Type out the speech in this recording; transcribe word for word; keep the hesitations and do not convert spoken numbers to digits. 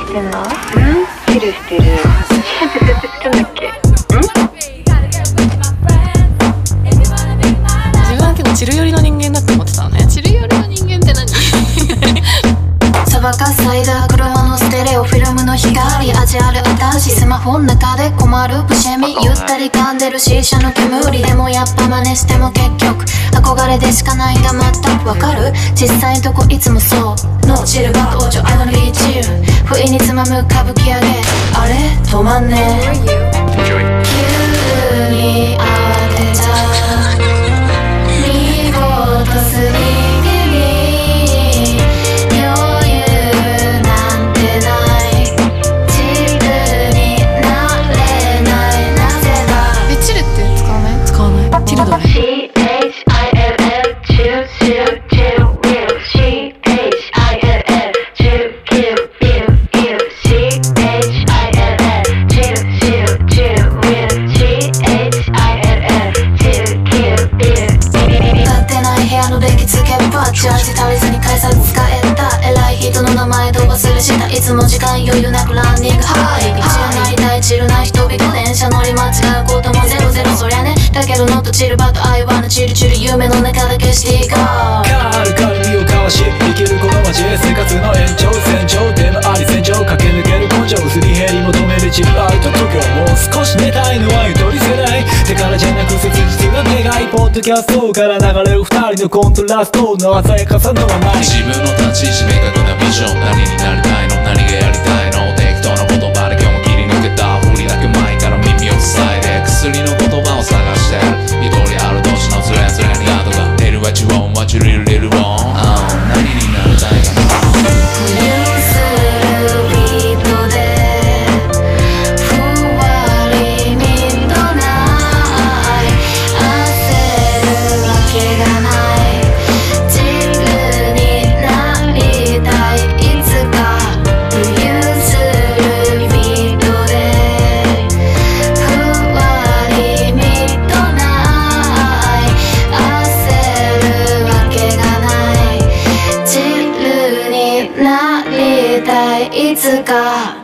してんの？うん？チルしてる。チルって設定してんだっけ？ん？ 自分は結構チル寄りの人間だって思ってたのね。チル寄りの人間って何？ サバカサイダー、車のステレオ、フィルムの光、味ある私、スマホの中で困る不思議、ゆったり噛んでる C 社の煙、でもやっぱ真似しても結局憧れでしかないんだ。全くわかる？実際とこいつもそうノーチルバット王女 I wanna be chill、 不意につまむ歌舞伎揚げ、あれ止まんねえ、急に当てた見事すぎいつも時間余裕なくランニングハイ、知らない大チルな人々、電車乗り間違うこともゼロゼロ、そりゃね。だけどノットチルバット I wanna チルチル、夢の中だけしていこう。 カールカル身を交わし生きるこの街、生活の延長線上でもあり戦場、駆け抜ける根性、すり減り求めるチルアウト東京、もう少し寝たいのはゆとり世代、手からじゃなく切実な願い、ポッドキャストから流れる二人のコントラストの鮮やかさのはない。 自分の立ち位置明確なビジョン、何になりたいの、何がやりたいの、適当な言葉で今日も切り抜けた、振りだけ前から耳を塞いで薬の言葉を探してる、一人ある年のズレズレに後が出る What you want, what you really really want、何になりたいかな。 いつか